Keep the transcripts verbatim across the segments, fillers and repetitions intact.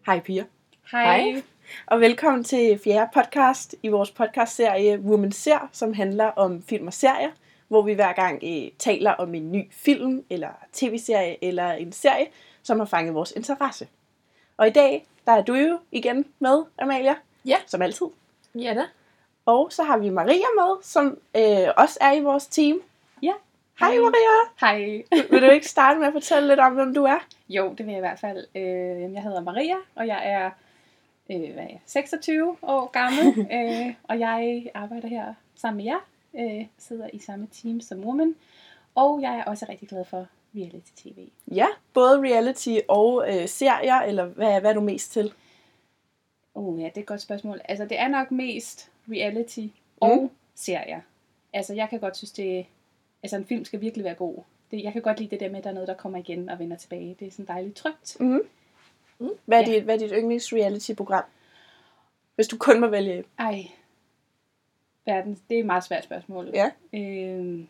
Hej piger. Hej. Og velkommen til fjerde podcast i vores podcastserie Woman Ser, som handler om film og serier, hvor vi hver gang eh, taler om en ny film, eller tv-serie, eller en serie, som har fanget vores interesse. Og i dag, der er du jo igen med, Amalia. Ja. Som altid. Ja da. Og så har vi Maria med, som øh, også er i vores team. Ja. Hej Maria. Hej. Vil du ikke starte med at fortælle lidt om, hvem du er? Jo, det vil jeg i hvert fald. Øh, jeg hedder Maria, og jeg er, øh, hvad er jeg, seksogtyve år gammel, øh, og jeg arbejder her sammen med jer. Øh, sidder i samme team som Woman, og jeg er også rigtig glad for reality-tv. Ja, både reality og øh, serier, eller hvad, hvad er du mest til? Oh ja, det er et godt spørgsmål. Altså, det er nok mest reality og mm. serier. Altså, jeg kan godt synes, det altså en film skal virkelig være god. Det, jeg kan godt lide det der med, at der er noget, der kommer igen og vender tilbage. Det er sådan dejligt trygt. Mm. Mm. Hvad, er ja. dit, hvad er dit yndlings reality-program? Hvis du kun må vælge. Ej, verden, det er et meget svært spørgsmål. Ja. Øhm,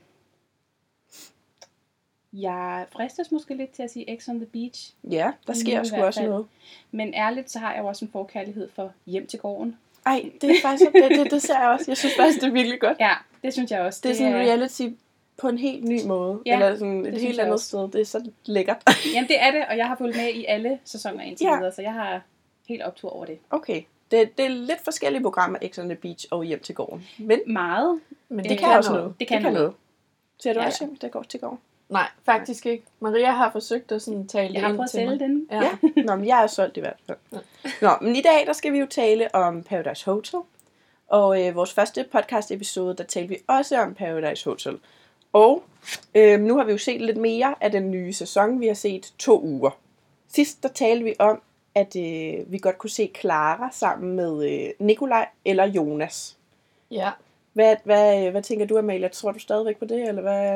jeg fristes måske lidt til at sige X on the Beach. Ja, der sker I sgu hvert også fald. noget. Men ærligt, så har jeg jo også en forkærlighed for Hjem til gården. Ej, det er faktisk, det, det, det ser jeg også. Jeg synes faktisk, det er virkelig godt. Ja, det synes jeg også. Det er sådan reality på en helt ny måde. Ja, eller sådan et helt andet sted. Det er så lækkert. Jamen det er det, og jeg har fulgt med i alle sæsoner indtil Ja. videre, så jeg har helt optur over det. Okay. Det, det er lidt forskellige programmer, X on the Beach og Hjem til gården. Men Meget. Men det Øh, kan også noget. Det kan, det kan noget. Ser du Ja, også Hjem til går til gården? Nej, faktisk ikke. Maria har forsøgt at sådan tale Jeg har det prøvet at ind til sælge mig. den. Ja. Nå, men jeg er solgt i hvert fald. Nå, men i dag, der skal vi jo tale om Paradise Hotel. Og øh, vores første podcast episode, der talte vi også om Paradise Hotel. Og øh, nu har vi jo set lidt mere af den nye sæson. Vi har set to uger. Sidst, der talte vi om, at øh, vi godt kunne se Clara sammen med øh, Nikolaj eller Jonas. Ja. Hvad, hvad, hvad tænker du, Amalia? Tror du stadigvæk på det, eller hvad?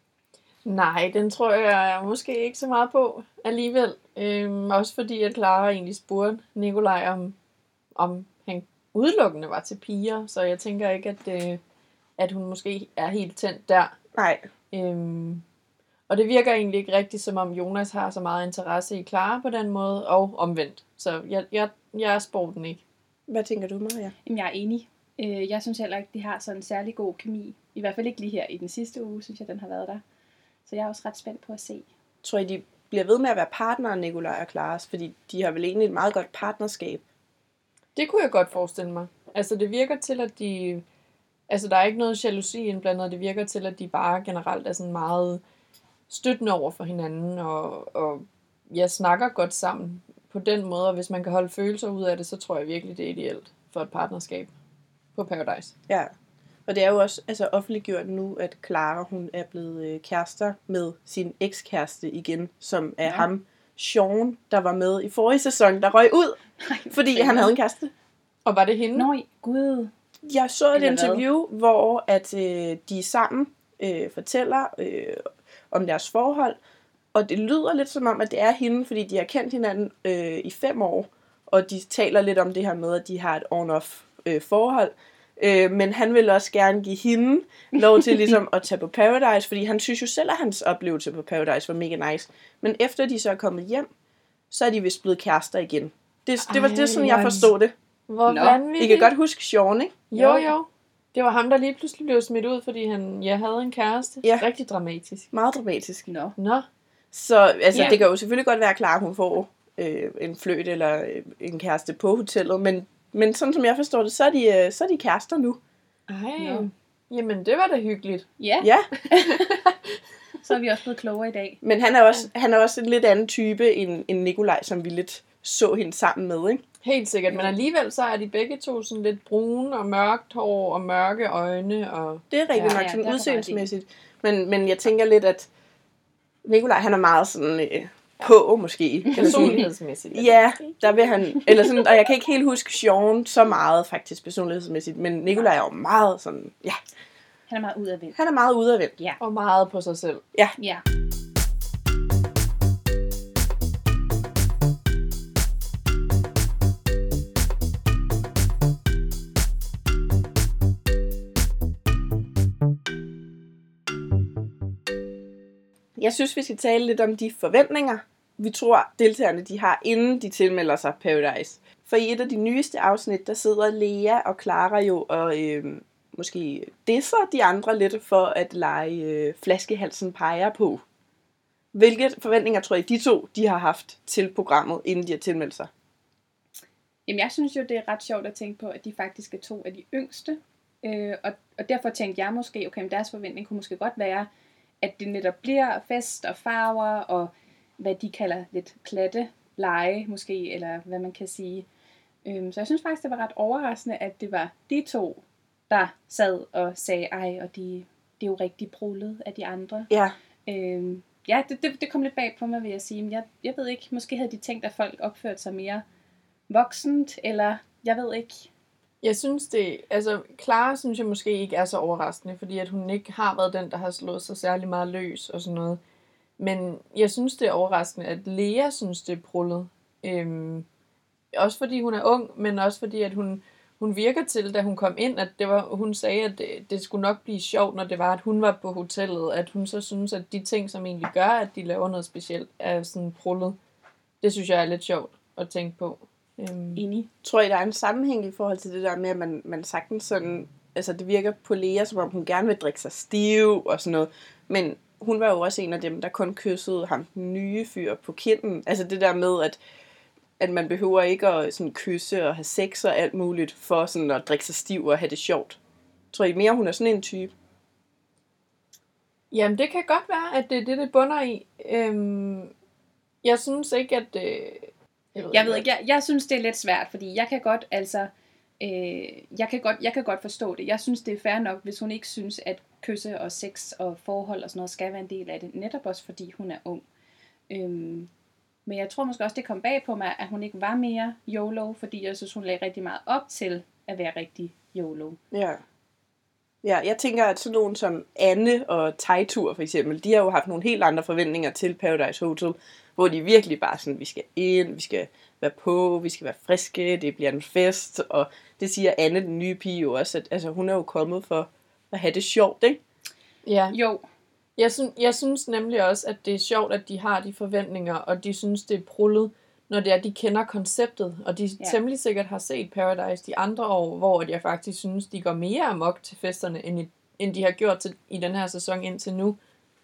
Nej, den tror jeg måske ikke så meget på alligevel. Øhm, også fordi, at Clara egentlig spurgte Nikolaj, om, om han udelukkende var til piger. Så jeg tænker ikke, at, øh, at hun måske er helt tændt der. Nej. Øhm, og det virker egentlig ikke rigtigt, som om Jonas har så meget interesse i Clara på den måde, og omvendt. Så jeg, jeg, jeg spår den ikke. Hvad tænker du, Maria? Jamen, jeg er enig. Øh, Jeg synes heller ikke, de har sådan en særlig god kemi. I hvert fald ikke lige her i den sidste uge, synes jeg, den har været der. Så jeg er også ret spændt på at se. Tror I, de bliver ved med at være partnere, Nikolaj og Claras? Fordi de har vel egentlig et meget godt partnerskab. Det kunne jeg godt forestille mig. Altså, det virker til, at de... Altså, der er ikke noget jalousi indblandet. Det virker til, at de bare generelt er sådan meget støttende over for hinanden, og, og ja, snakker godt sammen på den måde. Og hvis man kan holde følelser ud af det, så tror jeg virkelig, det er ideelt for et partnerskab på Paradise. Ja, og det er jo også altså, offentliggjort nu, at Clara, hun er blevet øh, kærester med sin ekskæreste igen, som er ja. ham, Sean, der var med i forrige sæson, der røg ud, Ej, fordi han havde en kæreste. Og var det hende? Nå, gud. Jeg så et Eller interview, hvad? hvor at øh, de sammen øh, fortæller øh, om deres forhold, og det lyder lidt som om, at det er hende, fordi de har kendt hinanden øh, i fem år, og de taler lidt om det her med, at de har et on-off øh, forhold. Øh, men han vil også gerne give hende lov til ligesom at tage på Paradise, fordi han synes jo selv, at hans oplevelse på Paradise var mega nice. Men efter de så er kommet hjem, så er de vist blevet kærester igen. Det, det var det, sådan jeg forstod det. Hvor Nå. vanvittigt. I kan godt huske Sean, ikke? Jo, jo. Det var ham, der lige pludselig blev smidt ud, fordi han ja, havde en kæreste. Ja. Rigtig dramatisk. Meget dramatisk. Nå. Nå. Så altså, Ja. det kan jo selvfølgelig godt være klar, at hun får øh, en fløjt eller øh, en kæreste på hotellet, men, men sådan som jeg forstår det, så er de, øh, så er de kærester nu. Ej. Nå. Jamen, det var da hyggeligt. Ja, Ja, så er vi også blevet klogere i dag. men han er også, han er også en lidt anden type end, end Nikolaj, som vi lidt så hende sammen med, ikke? Helt sikkert. Men alligevel så er de begge to sådan lidt brune og mørkt hår og mørke øjne. Og... Det er rigtigt Ja, nok, ja, sådan der er du udseendsmæssigt. Men, men jeg tænker lidt, at Nikolaj, han er meget sådan øh, på, måske. Eller sådan- Personlighedsmæssigt. Ja, der vil han, eller sådan, og jeg kan ikke helt huske Sean så meget faktisk personlighedsmæssigt, men Nikolaj er jo meget sådan, ja, Han er meget udadvendt. han er meget udadvendt. Ja. Og meget på sig selv. Ja. Jeg synes, vi skal tale lidt om de forventninger, vi tror, deltagerne de har, inden de tilmelder sig Paradise. For i et af de nyeste afsnit, der sidder Lea og Clara jo og øh, måske disser de andre lidt for at lege øh, flaskehalsen peger på. Hvilke forventninger tror I, de to de har haft til programmet, inden de har tilmeldt sig? Jamen, jeg synes jo, det er ret sjovt at tænke på, at de faktisk er to af de yngste. Øh, og, og derfor tænkte jeg måske, okay, deres forventning kunne måske godt være, at det netop bliver fest og farver og hvad de kalder lidt klatte lege måske, eller hvad man kan sige. Øhm, så jeg synes faktisk, det var ret overraskende, at det var de to, der sad og sagde, ej, og de, det er jo rigtig brullet af de andre. Ja. Øhm, ja, det, det, det kom lidt bag på mig, vil jeg sige. Men jeg, jeg ved ikke, måske havde de tænkt, at folk opførte sig mere voksent, eller jeg ved ikke. Jeg synes det, altså Clara synes jeg måske ikke er så overraskende, fordi at hun ikke har været den, der har slået sig særlig meget løs og sådan noget. Men jeg synes det er overraskende, at Lea synes det er brullet. Øhm, også fordi hun er ung, men også fordi at hun, hun virker til, da hun kom ind, at det var, hun sagde, at det, det skulle nok blive sjovt, når det var, at hun var på hotellet. At hun så synes, at de ting, som egentlig gør, at de laver noget specielt, er sådan brullet. Det synes jeg er lidt sjovt at tænke på. Øhm. Enig. Tror I, der er en sammenhæng i forhold til det der med, at man, man sagtens sådan, altså det virker på Lea, som om hun gerne vil drikke sig stiv og sådan noget, men hun var jo også en af dem, der kun kyssede ham, den nye fyr, på kinden. Altså det der med, at, at man behøver ikke at sådan kysse og have sex og alt muligt, for sådan at drikke sig stiv og have det sjovt. Tror I mere, hun er sådan en type? Jamen det kan godt være, at det er det, det bunder i. Øhm, jeg synes ikke, at... Øh Jeg ved, jeg ved ikke, jeg, jeg synes, det er lidt svært, fordi jeg kan godt, altså, øh, jeg kan godt, jeg kan godt forstå det. Jeg synes, det er fair nok, hvis hun ikke synes, at kysse og sex og forhold og sådan noget skal være en del af det, netop også fordi hun er ung. Øhm, men jeg tror måske også, det kom bag på mig, at hun ikke var mere YOLO, fordi jeg synes, hun lagde rigtig meget op til at være rigtig YOLO. Ja. Ja, jeg tænker, at sådan nogen som Anne og Tejtur for eksempel, de har jo haft nogle helt andre forventninger til Paradise Hotel, hvor de virkelig bare sådan, vi skal ind, vi skal være på, vi skal være friske, det bliver en fest, og det siger Anne, den nye pige, jo også, at altså, hun er jo kommet for at have det sjovt, ikke? Ja. Jo. Jeg synes, jeg synes nemlig også, at det er sjovt, at de har de forventninger, og de synes, det er brullet, når det er, de kender konceptet, og de ja. temmelig sikkert har set Paradise de andre år, hvor jeg faktisk synes, de går mere amok til festerne, end, i, end de har gjort til, i den her sæson indtil nu.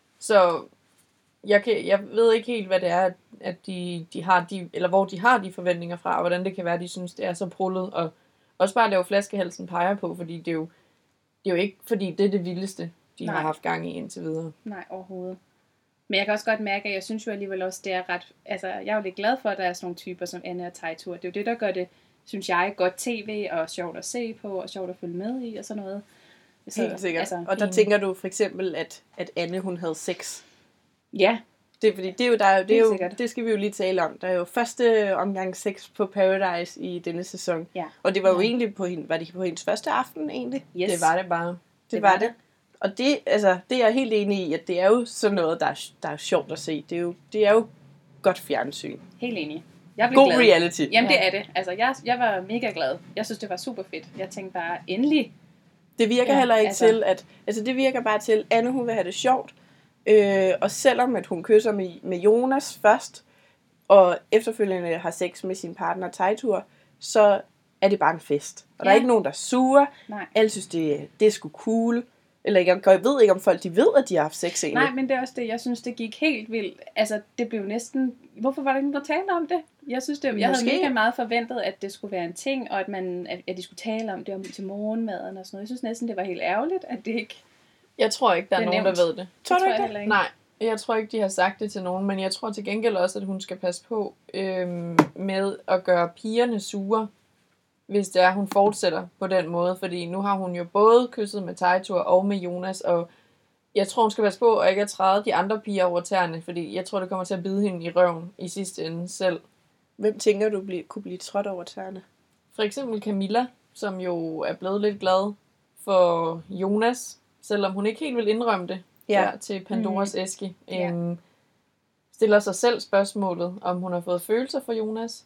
Så jeg, kan, jeg ved ikke helt, hvad det er, at de, de har de, eller hvor de har de forventninger fra, og hvordan det kan være, at de synes, det er så brullet, og også bare lave flaskehalsen peger på, fordi det er jo, det er jo ikke, fordi det er det vildeste, de Nej. har haft gang i indtil videre. Nej, overhovedet. Men jeg kan også godt mærke, at jeg synes jo alligevel også, det er ret... Altså, jeg er jo lidt glad for, at der er sådan nogle typer som Anne og Tejtur. Det er jo det, der gør det, synes jeg, godt tv og sjovt at se på, og sjovt at følge med i, og sådan noget. Så, Helt sikkert. Altså, og der en... tænker du for eksempel, at, at Anne, hun havde sex. Ja. Det er, fordi det er jo, der er jo, det, er jo, det skal vi jo lige tale om. Der er jo første omgang sex på Paradise i denne sæson. Ja. Og det var jo ja. egentlig på hende, var det på hendes første aften egentlig? Yes. Det var det bare. Det, det var, var det. det. Og det, altså, det er jeg helt enig i, at det er jo sådan noget, der er, der er sjovt at se. Det er jo, det er jo godt fjernsyn. Helt enig. Jeg blev God glad. reality. Jamen det er det. Altså, jeg, jeg var mega glad. Jeg synes, det var super fedt. Jeg tænkte bare, endelig. Det virker ja, heller ikke altså... til, at... Altså, det virker bare til, at Anne, hun vil have det sjovt. Øh, og selvom at hun kysser med, med Jonas først, og efterfølgende har sex med sin partner Tejtur, så er det bare en fest. Og ja. Der er ikke nogen, der er sure. Nej. Alle synes, det, det er sgu cool. Eller ikke, jeg ved ikke, om folk de ved, at de har haft sex egentlig. Nej, men det er også det. Jeg synes, det gik helt vildt. Altså, det blev næsten... Hvorfor var der ingen, der talte om det? Jeg synes, det... Jeg Måske. havde mega meget forventet, at det skulle være en ting, og at, man, at, at de skulle tale om det om, til morgenmaden og sådan noget. Jeg synes næsten, det var helt ærgerligt, at det ikke... Jeg tror ikke, der er, er nogen, nævnt. der ved det. Tror du ikke det? det? Nej, jeg tror ikke, de har sagt det til nogen, men jeg tror til gengæld også, at hun skal passe på øhm, med at gøre pigerne sure, hvis det er, hun fortsætter på den måde. Fordi nu har hun jo både kysset med Tejtur og med Jonas, og jeg tror, hun skal passe på at ikke at træde de andre piger over tæerne, fordi jeg tror, det kommer til at bide hende i røven i sidste ende selv. Hvem tænker du blive, kunne blive trådt over tæerne? For eksempel Camilla, som jo er blevet lidt glad for Jonas, selvom hun ikke helt vil indrømme det ja. der til Pandoras mm. æske. Ja. Øhm, stiller sig selv spørgsmålet, om hun har fået følelser for Jonas,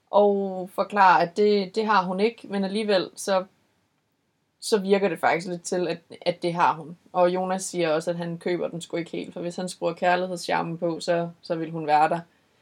og forklarer, at det, det har hun ikke, men alligevel så, så virker det faktisk lidt til, at, at det har hun. Og Jonas siger også, at han køber den sgu ikke helt, for hvis han skruer kærlighedscharmen på, så, så vil hun være der.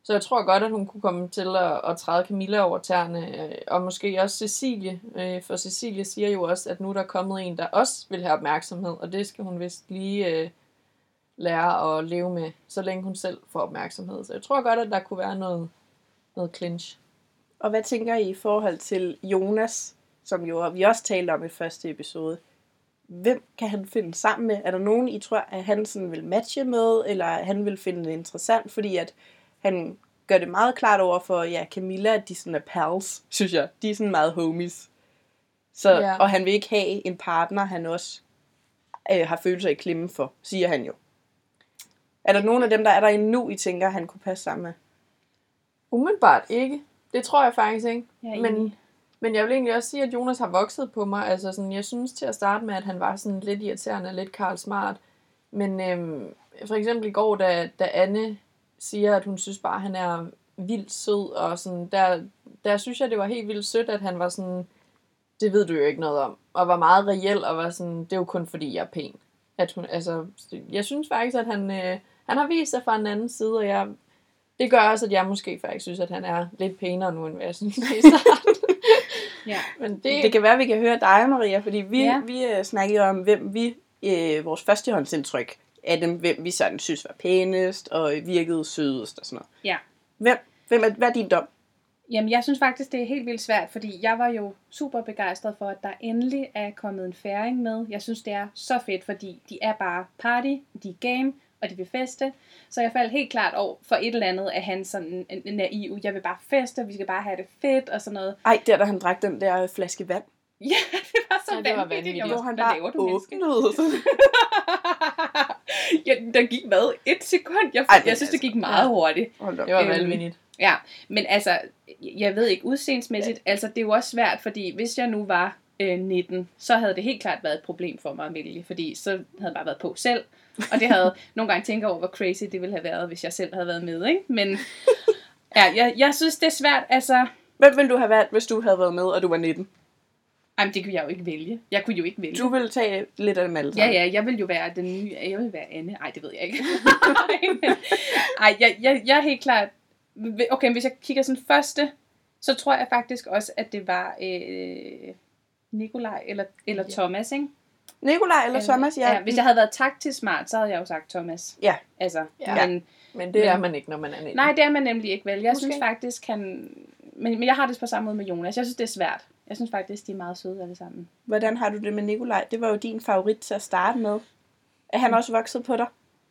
Så jeg tror godt, at hun kunne komme til at, at træde Camilla over tæerne, øh, og måske også Cecilie, øh, for Cecilie siger jo også, at nu er der kommet en, der også vil have opmærksomhed, og det skal hun vist lige øh, lære at leve med, så længe hun selv får opmærksomhed. Så jeg tror godt, at der kunne være noget, noget clinch. Og hvad tænker I i forhold til Jonas, som jo vi også talte om i første episode? Hvem kan han finde sammen med? Er der nogen, I tror, at han sådan vil matche med, eller han vil finde det interessant, fordi at han gør det meget klart over for ja, Camilla, at de sådan er pals, synes jeg. De er sådan meget homies. Så, Ja. Og han vil ikke have en partner, han også øh, har følelser i klemme for, siger han jo. Er der nogen af dem, der er der endnu, I tænker, han kunne passe sammen med? Umiddelbart ikke. Det tror jeg faktisk ikke. Jeg er Men, enig. men jeg vil egentlig også sige, at Jonas har vokset på mig. Altså sådan, jeg synes til at starte med, at han var sådan lidt irriterende, lidt Karl Smart. Men øhm, for eksempel i går, da, da Anne siger, at hun synes bare, at han er vildt sød, og sådan, der, der synes jeg, det var helt vildt sødt, at han var sådan, det ved du jo ikke noget om, og var meget reel, og var sådan, det er jo kun fordi, jeg er pæn. At hun, altså, jeg synes faktisk, at han, øh, han har vist sig fra en anden side, og jeg, det gør også, at jeg måske faktisk synes, at han er lidt pænere nu, end hvad jeg synes i starten. Ja. Men det, Det kan være, at vi kan høre dig, Maria, fordi vi, Ja. ja. vi uh, snakkede om, hvem vi, uh, vores førstehåndsindtryk af dem, hvem vi sådan synes var pænest og virkede sødest og sådan noget. Ja. Hvem, hvem er, hvad er din dom? Jamen, jeg synes faktisk, det er helt vildt svært, fordi jeg var jo super begejstret for, at der endelig er kommet en færing med. Jeg synes, det er så fedt, fordi de er bare party, de er game, og de vil feste. Så jeg faldt helt klart over for et eller andet af han sådan en, en naiv. Jeg vil bare feste, vi skal bare have det fedt og sådan noget. Ej, der da han drak den der flaske vand. Ja, det var så Ja, det var vanvittigt. vanvittigt. Jeg Hvor var, han hvad bare laver du, menneske? åbnede. Ja, der gik hvad? Et sekund? Jeg, Ej, men jeg synes, det altså, gik meget hurtigt. Hold op. det var Øhm, vanvittigt. Ja, men altså, jeg ved ikke, udseendsmæssigt, altså det er jo også svært, fordi hvis jeg nu var øh, nitten, så havde det helt klart været et problem for mig at vælge, fordi så havde jeg bare været på selv, og det havde nogle gange tænkt over, hvor crazy det ville have været, hvis jeg selv havde været med, ikke? Men ja, jeg, jeg synes, det er svært, altså, Hvem ville du have været, hvis du havde været med, og du var nitten? ej, men det kunne jeg jo ikke vælge. Jeg kunne jo ikke vælge. Du ville tage lidt af dem alle Ja, sammen. ja, jeg vil jo være den nye, jeg vil være Anne. Ej, det ved jeg ikke. Ej, jeg, jeg, jeg er helt klart, okay, hvis jeg kigger sådan første, så tror jeg faktisk også, at det var øh, Nikolaj eller, eller Ja. Thomas, ikke? Nikolaj eller Thomas, ja. ja. Hvis jeg havde været taktisk smart, så havde jeg jo sagt Thomas. Ja. Altså, Ja. men Men det Men- er man ikke, når man er nitten. nej, det er man nemlig ikke vel. Jeg Måske. synes faktisk, han... Men, men jeg har det på samme måde med Jonas. Jeg synes, det er svært. Jeg synes faktisk, de er meget søde alle sammen. Hvordan har du det med Nikolaj? Det var jo din favorit til at starte med. Er han også vokset på dig?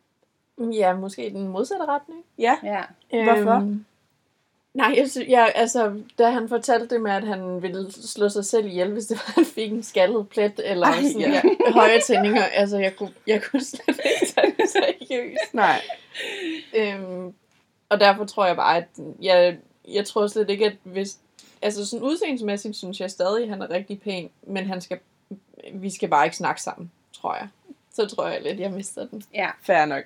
Ja, måske i den modsatte retning. Ja. Ja. Hvorfor? Øhm, nej, jeg synes, jeg, altså, da han fortalte det med, at han ville slå sig selv ihjel, hvis det var, han fik en skaldet plet, eller Ej, Ej, sådan, ja. ja. høje tændinger, altså, jeg kunne, jeg kunne slet ikke tage det seriøst. Nej. Øhm, og derfor tror jeg bare, at jeg, jeg tror slet ikke, at hvis, altså sådan udseendsmæssigt synes jeg stadig, at han er rigtig pæn, men han skal, vi skal bare ikke snakke sammen, tror jeg. Så tror jeg lidt, jeg mister den. Ja. Fair nok.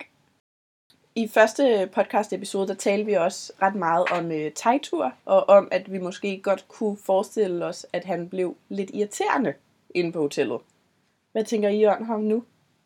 I første podcast episode, der talte vi også ret meget om øh, tegtur, og om, at vi måske godt kunne forestille os, at han blev lidt irriterende inde på hotellet. Hvad tænker I om ham nu?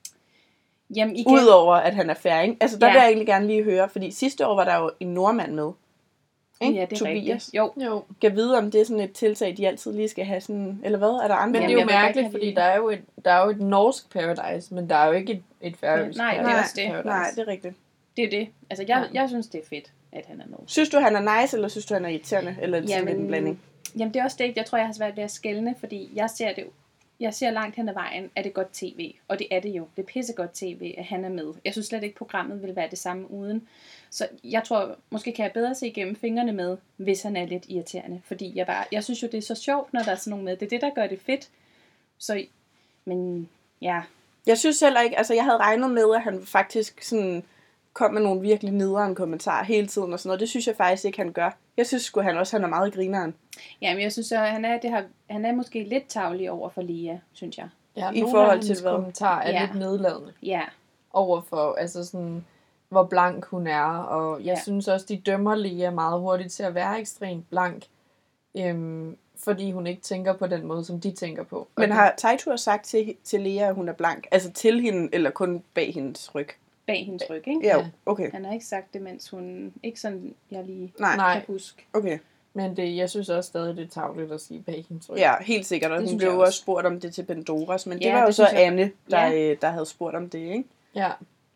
Jamen igen... Udover at han er færing. Altså der Ja. vil jeg egentlig gerne lige høre, fordi sidste år var der jo en nordmand med. Ikke? Ja, det er Tobias. rigtigt. Jo. Jo. Kan vide, om det er sådan et tiltag, de altid lige skal have sådan, eller hvad? Er der andre? Men Jamen, det er jo jeg vil godt mærkeligt, have fordi det. der er jo, et, der er jo et norsk Paradise, men der er jo ikke et, et færøsk Nej, det er Paradise. også det. Paradise. Nej, det er rigtigt. Det er det. Altså, jeg, Ja. jeg synes, det er fedt, at han er norsk. Synes du, han er nice, eller synes du, han er irriterende? Eller sådan Jamen, lidt en blanding? Jamen, det er også det, jeg tror, jeg har svært ved at skelne, fordi jeg ser det jeg ser langt hen ad vejen, at det er godt tv. Og det er det jo. Det er pissegodt tv, at han er med. Jeg synes slet ikke, programmet vil være det samme uden. Så jeg tror, måske kan jeg bedre se igennem fingrene med, hvis han er lidt irriterende. Fordi jeg bare, jeg synes jo, det er så sjovt, når der er sådan nogen med. Det er det, der gør det fedt. Så, men ja. Jeg synes heller ikke, altså jeg havde regnet med, at han faktisk sådan kom med nogle virkelig nederen kommentarer hele tiden og sådan noget. Det synes jeg faktisk ikke, han gør. Jeg synes sgu, han også han er meget grineren. Jamen, jeg synes, at han er, det her, han er måske lidt tavlig over for Lea, synes jeg. Ja, I nogle forhold af til hans hvad? kommentarer er Ja. lidt nedladende Ja. over for, altså sådan, hvor blank hun er, og jeg Ja. ja. synes også, de dømmer Lea meget hurtigt til at være ekstremt blank, øhm, fordi hun ikke tænker på den måde, som de tænker på. Og Men det- har Teitur sagt til, til Lea, at hun er blank? Altså til hende, eller kun bag hendes ryg? bag hendes ryg, ikke? Ja, okay. Han har ikke sagt det, mens hun... Ikke sådan, jeg lige Nej. kan huske. Okay. Men det, jeg synes også stadig, det er tarveligt at sige bag hendes ryg. Ja, helt sikkert. Og Det hun synes blev jeg jo også. også spurgt om det til Pandoras, men det Ja, var jo det så synes jeg- Anne, der, Ja. øh, der havde spurgt om det, ikke? Ja.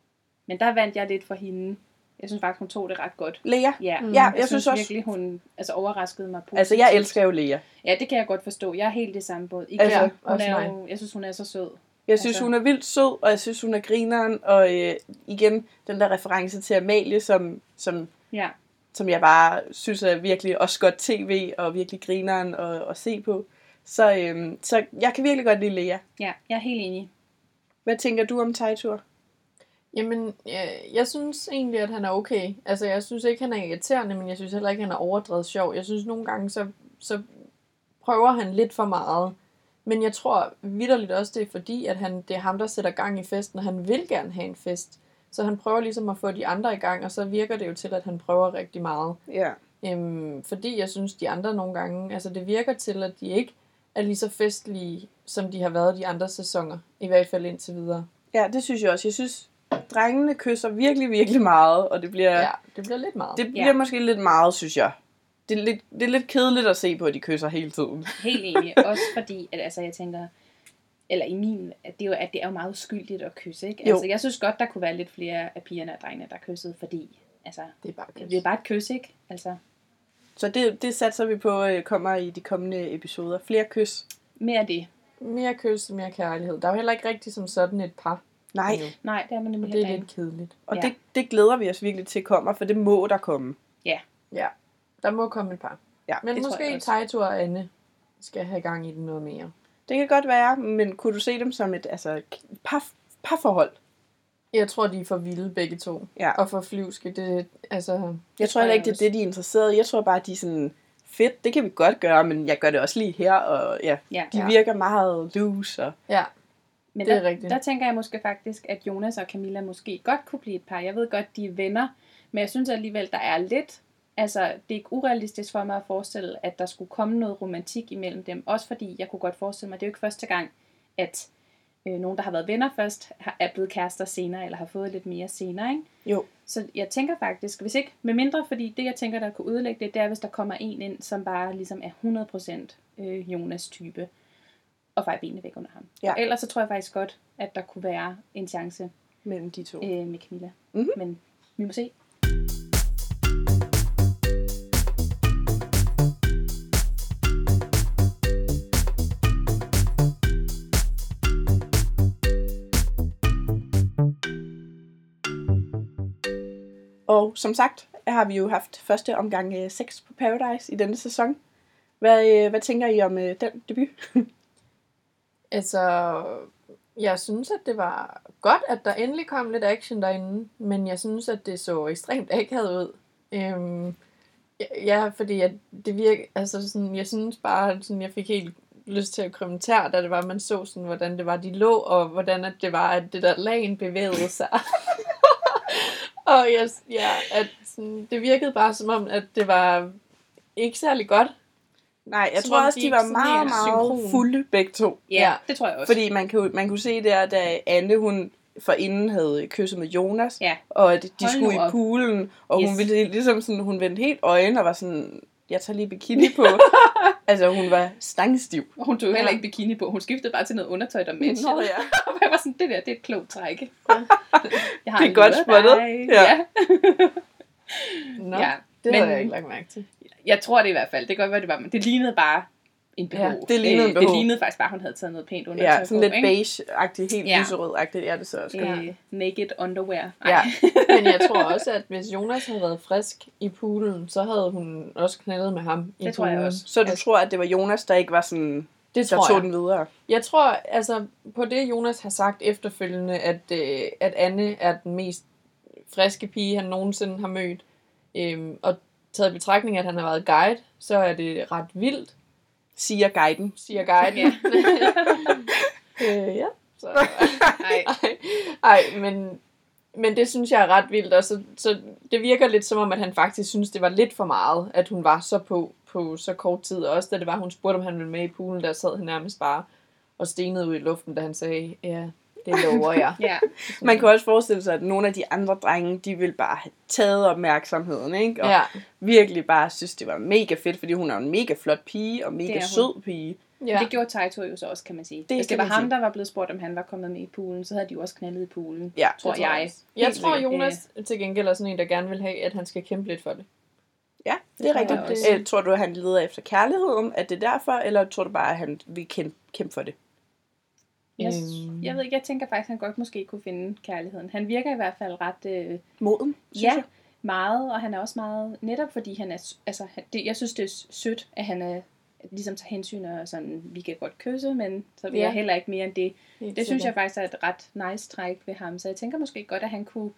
Men der vandt jeg lidt for hende. Jeg synes faktisk, hun tog det ret godt. Lea? Ja, Mm. Ja, jeg, jeg synes også- virkelig, hun altså, overraskede mig positivt. Altså, jeg elsker jo Lea. Ja, det kan jeg godt forstå. Jeg er helt i samme båd. Igen, Altså, hun også er mig. jo, jeg synes, hun er så sød. Jeg synes, Altså- hun er vildt sød, og jeg synes, hun er grineren, og øh, igen, den der reference til Amalie, som, som, Ja, som jeg bare synes er virkelig også godt tv, og virkelig grineren at, at se på. Så, øh, så jeg kan virkelig godt lide Lea. ja, jeg er helt enig. Hvad tænker du om Teitur? Jamen, jeg, jeg synes egentlig, at han er okay. Altså, jeg synes ikke, han er irriterende, men jeg synes heller ikke, han er overdrevet sjov. Jeg synes nogle gange, så, så prøver han lidt for meget. Men jeg tror vitterligt også, det er fordi, at han, det er ham, der sætter gang i festen, og han vil gerne have en fest. Så han prøver ligesom at få de andre i gang, og så virker det jo til, at han prøver rigtig meget. Ja. Øhm, fordi jeg synes, de andre nogle gange, altså det virker til, at de ikke er lige så festlige, som de har været de andre sæsoner. I hvert fald indtil videre. Ja, det synes jeg også. Jeg synes, drengene kysser virkelig, virkelig meget, og det bliver, Ja, det bliver lidt meget. det bliver Ja. måske lidt meget, synes jeg. Det er, lidt, det er lidt kedeligt at se på, at de kysser hele tiden. Helt enig. Også fordi, at altså, jeg tænker, eller i min, at det, er jo, at det er jo meget uskyldigt at kysse, ikke? Jo. Altså, jeg synes godt, der kunne være lidt flere af pigerne og drengene, der kyssede, fordi, altså, Det er bare kys. det er bare et kys, ikke? Altså, Så det, det satser vi på, øh, kommer i de kommende episoder. Flere kys. mere af det. Mere kys, mere kærlighed. Der er jo heller ikke rigtig som sådan et par. Nej, endnu. Nej, det er man Og nemlig det er heller lidt ikke. kedeligt. og Ja. det, det glæder vi os virkelig til kommer, for det må der komme. Ja, der må komme et par. Ja, Men det tror jeg måske også. Teitur og Anne skal have gang i den noget mere. Det kan godt være, men kunne du se dem som et altså, par, parforhold? Jeg tror, de er for vilde begge to. Ja. Og for flyvske, det altså... Jeg tror tror heller jeg ikke, det er også. det, de er interesserede i. Jeg tror bare, de er sådan, fedt, det kan vi godt gøre, men jeg gør det også lige her, og ja, Ja. de Ja. virker meget loose. Og, Ja, Men det er der, rigtigt. der tænker jeg måske faktisk, at Jonas og Camilla måske godt kunne blive et par. Jeg ved godt, de er venner, men jeg synes alligevel, der er lidt... Altså, det er ikke urealistisk for mig at forestille, at der skulle komme noget romantik imellem dem. Også fordi, jeg kunne godt forestille mig, det er jo ikke første gang, at øh, nogen, der har været venner først, har, er blevet kærester senere, eller har fået lidt mere senere, ikke? jo, Så jeg tænker faktisk, hvis ikke, med mindre, fordi det, jeg tænker, der kunne udlægge det, det er, hvis der kommer en ind, som bare ligesom er hundrede procent øh, Jonas type, og fejer benene væk under ham. Ja. Og ellers så tror jeg faktisk godt, at der kunne være en chance mellem de to. øh, med Camilla. Mhm. Men vi må se. Og som sagt, har vi jo haft første omgang øh, sex på Paradise i denne sæson. Hvad, øh, hvad tænker I om øh, den debut? Altså, jeg synes, at det var godt, at der endelig kom lidt action derinde, men jeg synes, at det så ekstremt akavet ud. Øhm, ja, fordi at det virker, altså sådan, jeg synes bare, sådan, jeg fik helt lyst til at kommentere, da det var, man så sådan, hvordan det var, de lå, og hvordan at det var, at det der lagen bevægede sig. og jeg, ja, at sådan, det virkede bare som om, at det var ikke særlig godt. Nej, jeg Som tror om også, de de ikke var sådan meget, helt meget synkron. fulde begge to. Ja, Ja. det tror jeg også. Fordi man kunne, man kunne se der, da Anne, hun forinden havde kysset med Jonas, Ja. og at de Hold skulle nu i op. poolen, og Yes. hun ville ligesom sådan, hun vendte helt øjne og var sådan, jeg tager lige bikini på. Altså, hun var stangstiv. Og hun tog heller Ja. ikke bikini på. Hun skiftede bare til noget undertøj, der matchede. Nå, ja. Og jeg var sådan, det der, det er et klogt træk. Jeg har Det er godt luret spottet. dig. Ja. Ja. Nå, Ja, det men- havde jeg ikke lagt mærke til. Jeg tror det i hvert fald. Det kan godt være, det var, men det lignede bare en B H. Ja, det lignede en Øh, B H. Det lignede faktisk bare, at hun havde taget noget pænt undertøj Ja, sådan på, lidt ikke? beige-agtigt, helt Ja. lyserød-agtigt er det så også. Øh, naked underwear. Ej. Ja. Men jeg tror også, at hvis Jonas havde været frisk i poolen, så havde hun også knaldet med ham i Det tror jeg poolen. også. Så du tror, at det var Jonas, der ikke var sådan, Det der tror tog jeg. den videre? Jeg tror, altså på det Jonas har sagt efterfølgende, at, øh, at Anne er den mest friske pige, han nogensinde har mødt. Øhm, og taget i betragtning, at han har været guide, så er det ret vildt, Siger guiden. siger guiden. Ja. øh, ja. Så, Ej. ej, ej, men, men det synes jeg er ret vildt, og så, så det virker lidt som om, at han faktisk synes, det var lidt for meget, at hun var så på, på så kort tid. Og også da det var, hun spurgte, om han ville med i poolen, der sad han nærmest bare og stenede ud i luften, da han sagde, ja, Det lover jeg. Ja. Man kan også forestille sig, at nogle af de andre drenge, de vil bare have taget opmærksomheden, ikke? Og Ja. virkelig bare synes, det var mega fedt, fordi hun er jo en mega flot pige, og Det mega er hun. sød pige. Ja. Det gjorde Taito jo så også, kan man sige. Det Hvis kan det var man ham, sige. der var blevet spurgt, om han var kommet med i poolen, så havde de jo også knaldet i poolen, Ja, tror det jeg. også. Jeg Helt tror, sikkert. Jonas til gengæld er sådan en, der gerne vil have, at han skal kæmpe lidt for det. Ja, det er tror jeg rigtigt. også. Øh, tror du, at han leder efter kærligheden? Er det derfor? Eller tror du bare, at han vil kæmpe, kæmpe for det? Jeg, Øhm. jeg ved ikke, jeg tænker faktisk, at han godt måske kunne finde kærligheden. Han virker i hvert fald ret øh, Moden, synes ja, jeg. meget, og han er også meget, netop fordi han er, altså, han- det, jeg synes, det er sødt, at han er, ligesom tager hensyn og sådan, vi kan godt kysse, men så vil Ja. jeg heller ikke mere end det. Helt Det synes jeg sikkert. faktisk er et ret nice træk ved ham, så jeg tænker måske godt, at han kunne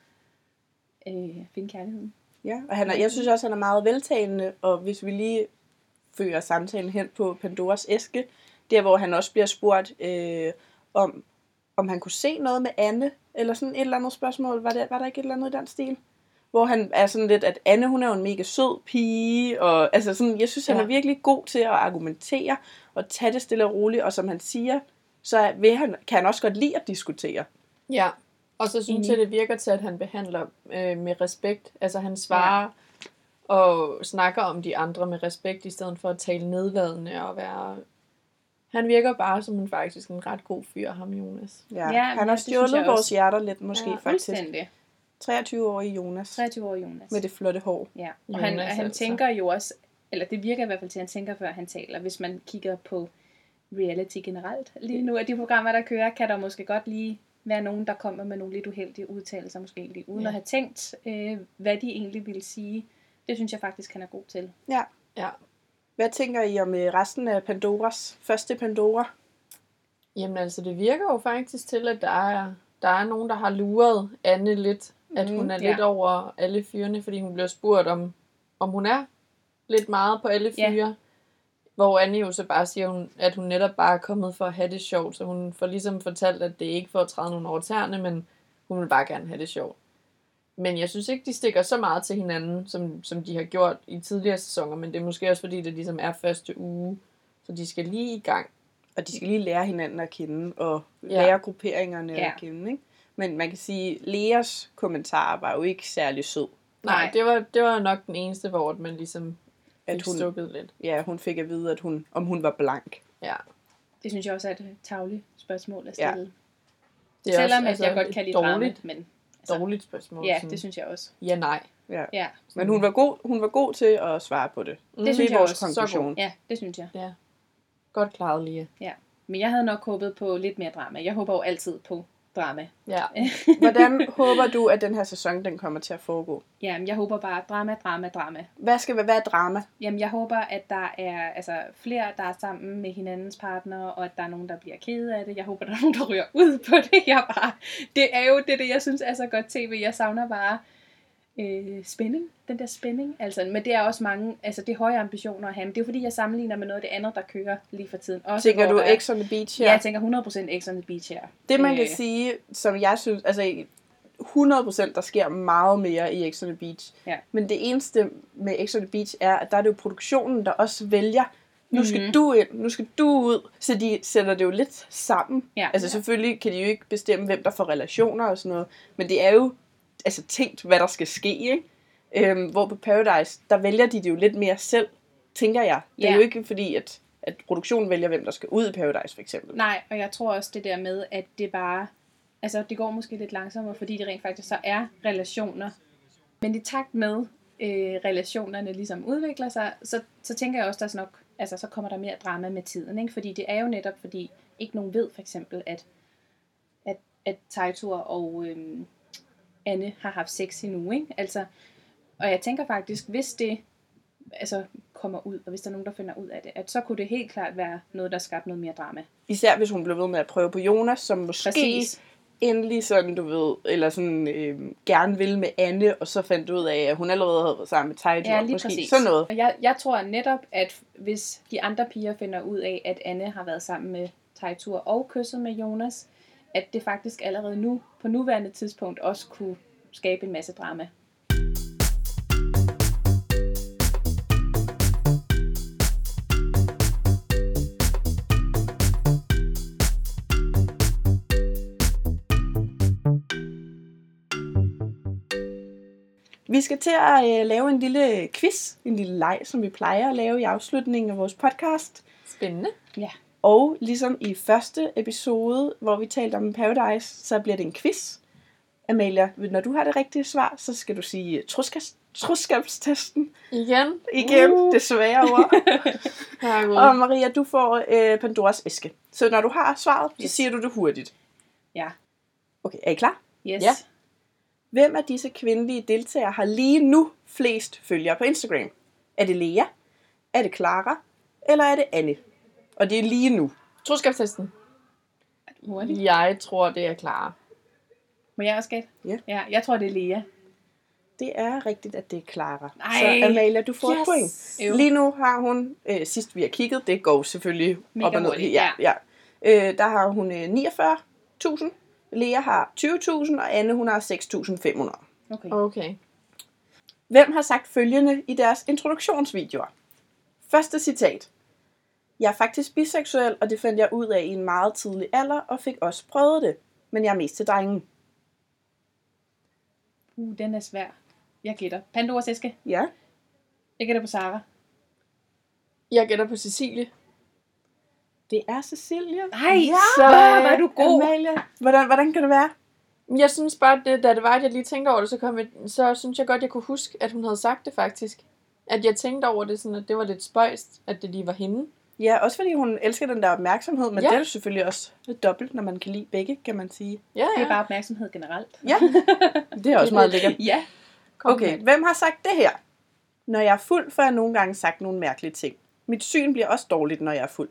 øh, finde kærligheden. Ja, og han er, jeg synes også, han er meget veltalende, og hvis vi lige fører samtalen hen på Pandoras æske, der hvor han også bliver spurgt øh, om, om han kunne se noget med Anne, eller sådan et eller andet spørgsmål, var, det, var der ikke et eller andet i den stil? Hvor han er sådan lidt, at Anne, hun er jo en mega sød pige, og altså sådan, jeg synes, han Ja. er virkelig god til at argumentere, og tage det stille og roligt, og som han siger, så vil han, kan han også godt lide at diskutere. Ja, og så synes Enig. jeg, det virker til, at han behandler øh, med respekt. Altså han svarer ja. og snakker om de andre med respekt, i stedet for at tale nedladende og være... Han virker bare som en faktisk en ret god fyr, ham Jonas. Ja, Ja, han men har det synes stjålet jeg vores også. hjerter lidt, måske Ja, ja, faktisk. fuldstændig. treogtyve-årige Jonas, treogtyve år Jonas. med det flotte hår. Ja, og han, Jonas han altså. tænker jo også, eller det virker i hvert fald til, at han tænker, før han taler. Hvis man kigger på reality generelt lige nu, af de programmer, der kører, kan der måske godt lige være nogen, der kommer med nogle lidt uheldige udtalelser, måske lige uden Ja. ja. at have tænkt, øh, hvad de egentlig ville sige. Det synes jeg faktisk, han er god til. Ja. Ja. Hvad tænker I om øh, resten af Pandoras? Første Pandora? Jamen altså, det virker jo faktisk til, at der er, der er nogen, der har luret Anne lidt. At Mhm, hun er ja. lidt over alle fyrene, fordi hun bliver spurgt om, om hun er lidt meget på alle Ja. fyre. Hvor Anne jo så bare siger, hun, at hun netop bare er kommet for at have det sjovt. Så hun får ligesom fortalt, at det ikke er for at træde nogen over tæerne, men hun vil bare gerne have det sjovt. Men jeg synes ikke, de stikker så meget til hinanden, som, som de har gjort i tidligere sæsoner. Men det er måske også, fordi det ligesom er første uge. Så de skal lige i gang. Og de skal lige lære hinanden at kende, og Ja. lære grupperingerne Ja. at kende, ikke? Men man kan sige, Leas kommentar var jo ikke særlig sød. Nej, Nej. det var, det var nok den eneste, hvor man ligesom At fik hun, stukket lidt. ja, hun fik at vide, at hun, om hun var blank. Ja. Det synes jeg også er et tavligt spørgsmål at Ja. stille. Det er Selvom også, at altså, jeg godt et kan lide drama, dårligt, men dårligt spørgsmål. ja, sådan, det synes jeg også. ja, nej. Ja. Ja, Men hun var, god, hun var god til at svare på det. Mm, Det synes Det er jeg vores også. konklusion. ja, det synes jeg. Ja. Godt klaret, Lia. Men jeg havde nok håbet på lidt mere drama. Jeg håber jo altid på drama. Ja. Hvordan håber du, at den her sæson den kommer til at foregå? Jamen, jeg håber bare drama, drama, drama. Hvad skal være, hvad er drama? Jamen, jeg håber, at der er altså, flere, der er sammen med hinandens partnere, og at der er nogen, der bliver kede af det. Jeg håber, der er nogen, der ryger ud på det. Jeg bare, det er jo det, det, jeg synes er så godt tv. Jeg savner bare øh, spænding. Den der spænding. Altså, men det er også mange, altså det er høje ambitioner at have. Men det er jo fordi, jeg sammenligner med noget af det andet, der kører lige for tiden. Også Tænker hvor du der er- X on the Beach her? Ja, jeg tænker hundrede procent X on the Beach her. Det man kan Øh, sige, som jeg synes, altså hundrede procent der sker meget mere i X on the Beach. Ja. Men det eneste med X on the Beach er, at der er det jo produktionen, der også vælger, nu skal Mhm. du ind, nu skal du ud. Så de sætter det jo lidt sammen. Ja. Altså selvfølgelig kan de jo ikke bestemme, hvem der får relationer og sådan noget. Men det er jo altså tænkt, hvad der skal ske, ikke? Øhm, hvor på Paradise, der vælger de det jo lidt mere selv, tænker jeg. Det er Ja. jo ikke fordi, at, at produktionen vælger, hvem der skal ud i Paradise, for eksempel. Nej, og jeg tror også det der med, at det bare, altså det går måske lidt langsommere, fordi det rent faktisk så er relationer. Men i takt med øh, relationerne ligesom udvikler sig, så, så tænker jeg også, der er nok, altså så kommer der mere drama med tiden, ikke? Fordi det er jo netop, fordi ikke nogen ved for eksempel, at, at, at Teitur og øhm, Anne har haft sex endnu, ikke? Altså, og jeg tænker faktisk, hvis det altså kommer ud, og hvis der er nogen, der finder ud af det, at så kunne det helt klart være noget, der skabte noget mere drama. Især hvis hun blev ved med at prøve på Jonas, som måske Præcis. endelig sådan, du ved, eller sådan øh, gerne ville med Anne, og så fandt ud af, at hun allerede havde været sammen med Teitur. Ja, lige måske præcis. sådan noget. Og Jeg, jeg tror netop, at hvis de andre piger finder ud af, at Anne har været sammen med Teitur og kysset med Jonas, at det faktisk allerede nu, på nuværende tidspunkt, også kunne skabe en masse drama. Vi skal til at øh, lave en lille quiz, en lille leg, som vi plejer at lave i afslutningen af vores podcast. Spændende. Ja. Og ligesom i første episode, hvor vi talte om Paradise, så bliver det en quiz. Amalia, når du har det rigtige svar, så skal du sige troskas- troskabstesten. Igen. Igen, Uh. det svære ord. Herregud. Og Maria, du får øh, Pandoras æske. Så når du har svaret, så Yes. siger du det hurtigt. Ja. Okay, er I klar? Yes. Ja. Hvem af disse kvindelige deltagere har lige nu flest følgere på Instagram? Er det Lea? Er det Clara? Eller er det Anne? Og det er lige nu. Troskabstesten. Hurtigt. Jeg tror, det er Clara. Må jeg også gætte? Ja. Ja, jeg tror, det er Lea. Det er rigtigt, at det er Clara. Ej. Så Amalia, du får Yes. et point. Øv. Lige nu har hun, øh, sidst vi har kigget, det går selvfølgelig Mega op og ned. hurtigt, Ja, ja. Øh, der har hun øh, niogfyrre tusind. Lea har tyve tusind, og Anne hun har seks tusind fem hundrede. Okay. Okay. Hvem har sagt følgende i deres introduktionsvideoer? Første citat. Jeg er faktisk biseksuel, og det fandt jeg ud af i en meget tidlig alder, og fik også prøvet det. Men jeg er mest til drengen. Uh, den er svær. Jeg gætter. Pandoras æske. Ja. Jeg gætter på Sara. Jeg gætter på Cecilie. Det er Cecilie. Ej, ja, så var du god. Amalia. Hvordan, hvordan kan det være? Jeg synes bare, det, da det var, at jeg lige tænkte over det, så, kom jeg, så synes jeg godt, jeg kunne huske, at hun havde sagt det faktisk. At jeg tænkte over det, sådan, at det var lidt spøjst, at det lige var hende. Ja, også fordi hun elsker den der opmærksomhed, men Ja. det er jo selvfølgelig også dobbelt, når man kan lide begge, kan man sige. Ja, Det ja. er bare opmærksomhed generelt. Ja, det er også meget lækkert. Ja. Kom Okay, med. hvem har sagt det her? Når jeg er fuld, får jeg nogle gange sagt nogle mærkelige ting. Mit syn bliver også dårligt, når jeg er fuld.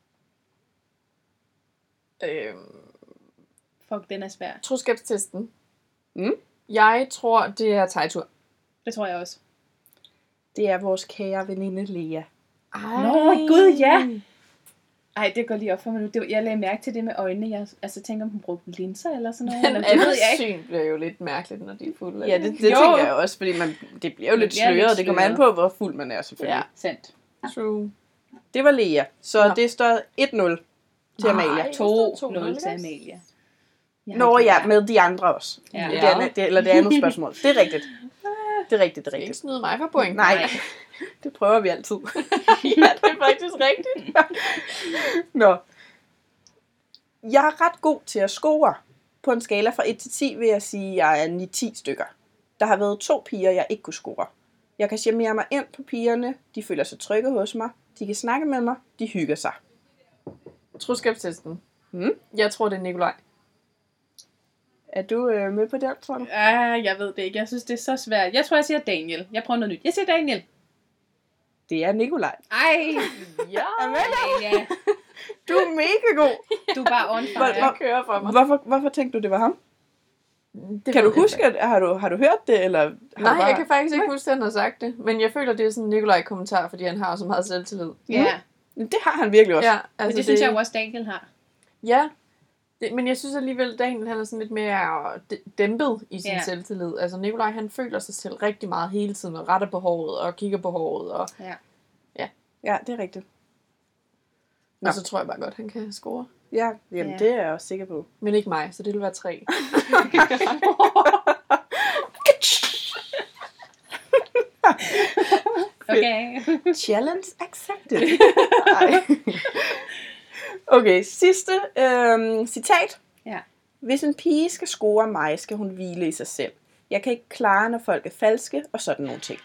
Øhm, Fuck, den er svær. troskabstesten. Mm. Jeg tror, det er Tejtur. Det tror jeg også. Det er vores kære veninde Lea. Nå, gud, ja. Ej, det går lige op for mig nu. Det, jeg lagde mærke til det med øjnene. Jeg altså, tænker, om hun brugte linser eller sådan noget. Men Eller, det ved alles jeg ikke. syn bliver jo lidt mærkeligt, når de er fulde. Ja, det, det Jo. tænker jeg også, fordi man, det bliver jo Det lidt bliver lidt sløret. Det kommer an sløret. på, hvor fuld man er selvfølgelig. Ja. Sandt. True. Det var Lea. Så Nå. det står et nul til Amalia. Nej. to to nul nul, til ikke? Amalia. Jeg har Nå ikke ja, lært. med de andre også. Ja. Det, andet, det, eller det andet spørgsmål. Det er rigtigt. Det er rigtigt, det er Skal ikke rigtigt. snyde mig for point. Nej, Nej. det prøver vi altid. ja, det er faktisk rigtigt. Nå. Jeg er ret god til at score. På en skala fra et til ti vil jeg sige, at jeg er ni ti stykker. Der har været to piger, jeg ikke kunne score. Jeg kan charmere mig ind på pigerne. De føler sig trygge hos mig. De kan snakke med mig. De hygger sig. Troskabstesten. Mm. Jeg tror, det er Nikolaj. Er du øh, med på det, tror du? Ah, jeg ved det ikke. Jeg synes, det er så svært. Jeg tror, jeg siger Daniel. Jeg prøver noget nyt. Jeg siger Daniel. Det er Nikolaj. Ej, Ja. Amalia. Du er mega god. Du er bare on Hvor- fire. Jeg kører for mig. Hvorfor, hvorfor tænkte du, det var ham? Det Kan ved du jeg huske, ikke. at har du, har du hørt det? Eller har Nej, du bare... jeg kan faktisk ikke huske, at han har sagt det. Men jeg føler, det er sådan en Nikolaj-kommentar, fordi han har så meget selvtillid. Ja, Det har han virkelig også. Ja, men altså det synes jeg jo også, Daniel har. Ja, det, men jeg synes alligevel, Daniel han er sådan lidt mere d- dæmpet i sin Ja. ja. selvtillid. Altså Nikolaj, han føler sig selv rigtig meget hele tiden, og retter på håret, og kigger på håret, og, Ja. Ja, det er rigtigt. Nå. og så tror jeg bare godt, han kan score. Ja, jamen, Ja. det er jeg også sikker på. Men ikke mig, så det vil være tre. Okay. Challenge accepted. Ej. Okay, sidste øhm, citat. Ja. Hvis en pige skal score mig, skal hun hvile i sig selv. Jeg kan ikke klare, når folk er falske og sådan nogle ting.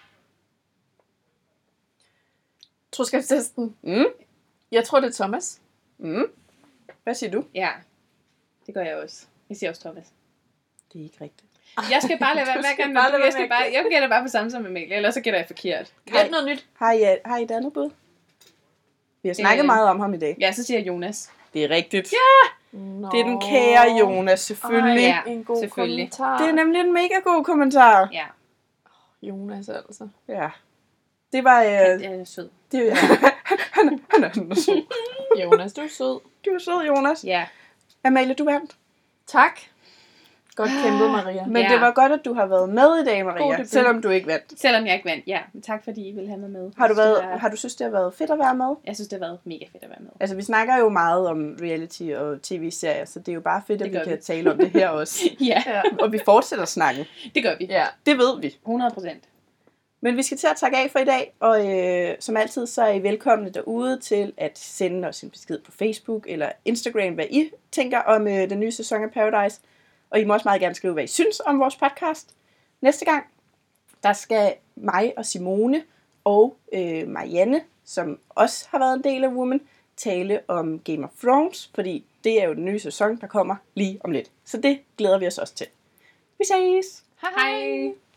Troskabstesten. Mm. Jeg tror, det er Thomas. Mm. Hvad siger du? Ja, det gør jeg også. Jeg siger også Thomas. Det er ikke rigtigt. Jeg skal bare lade være med at skal gøre bare noget. lade være Jeg, skal med at bare, jeg gætter bare på samme som Amalie, ellers så gætter jeg forkert. Gæt noget nyt. Har I, har I et andet bud? Vi har snakket Øh. meget om ham i dag. Ja, så siger jeg Jonas. Det er rigtigt. Ja! Nå. Det er den kære Jonas, selvfølgelig. Ja, En god selvfølgelig. kommentar. Det er nemlig en mega god kommentar. Ja, Jonas altså. Ja. Det var... Øh, det er sød. det, ja. han, han er han er sød. Jonas, du er sød. Du er sød, Jonas. Ja. Amalie, du vandt. Tak. Godt kæmpet, Maria. Men Ja. det var godt, at du har været med i dag, God Maria, debut. selvom du ikke vandt. Selvom jeg ikke vandt, ja. Men tak fordi I ville have mig med. Har du, Jeg synes, været, det var- har du synes, det har været fedt at være med? Jeg synes, det har været mega fedt at være med. Altså, vi snakker jo meget om reality og tv-serier, så det er jo bare fedt, at Det vi gør kan vi. tale om det her også. Ja, Ja. Og vi fortsætter snakken. det gør vi. Ja. Det ved vi. hundrede procent. Men vi skal til at takke af for i dag, og øh, som altid, så er I velkomne derude til at sende os en besked på Facebook eller Instagram, hvad I tænker om øh, den nye sæson af Paradise. Og I må også meget gerne skrive, hvad I synes om vores podcast. Næste gang, der skal mig og Simone og øh, Marianne, som også har været en del af Woman, tale om Game of Thrones, fordi det er jo den nye sæson, der kommer lige om lidt. Så det glæder vi os også til. Vi ses! Hej hej!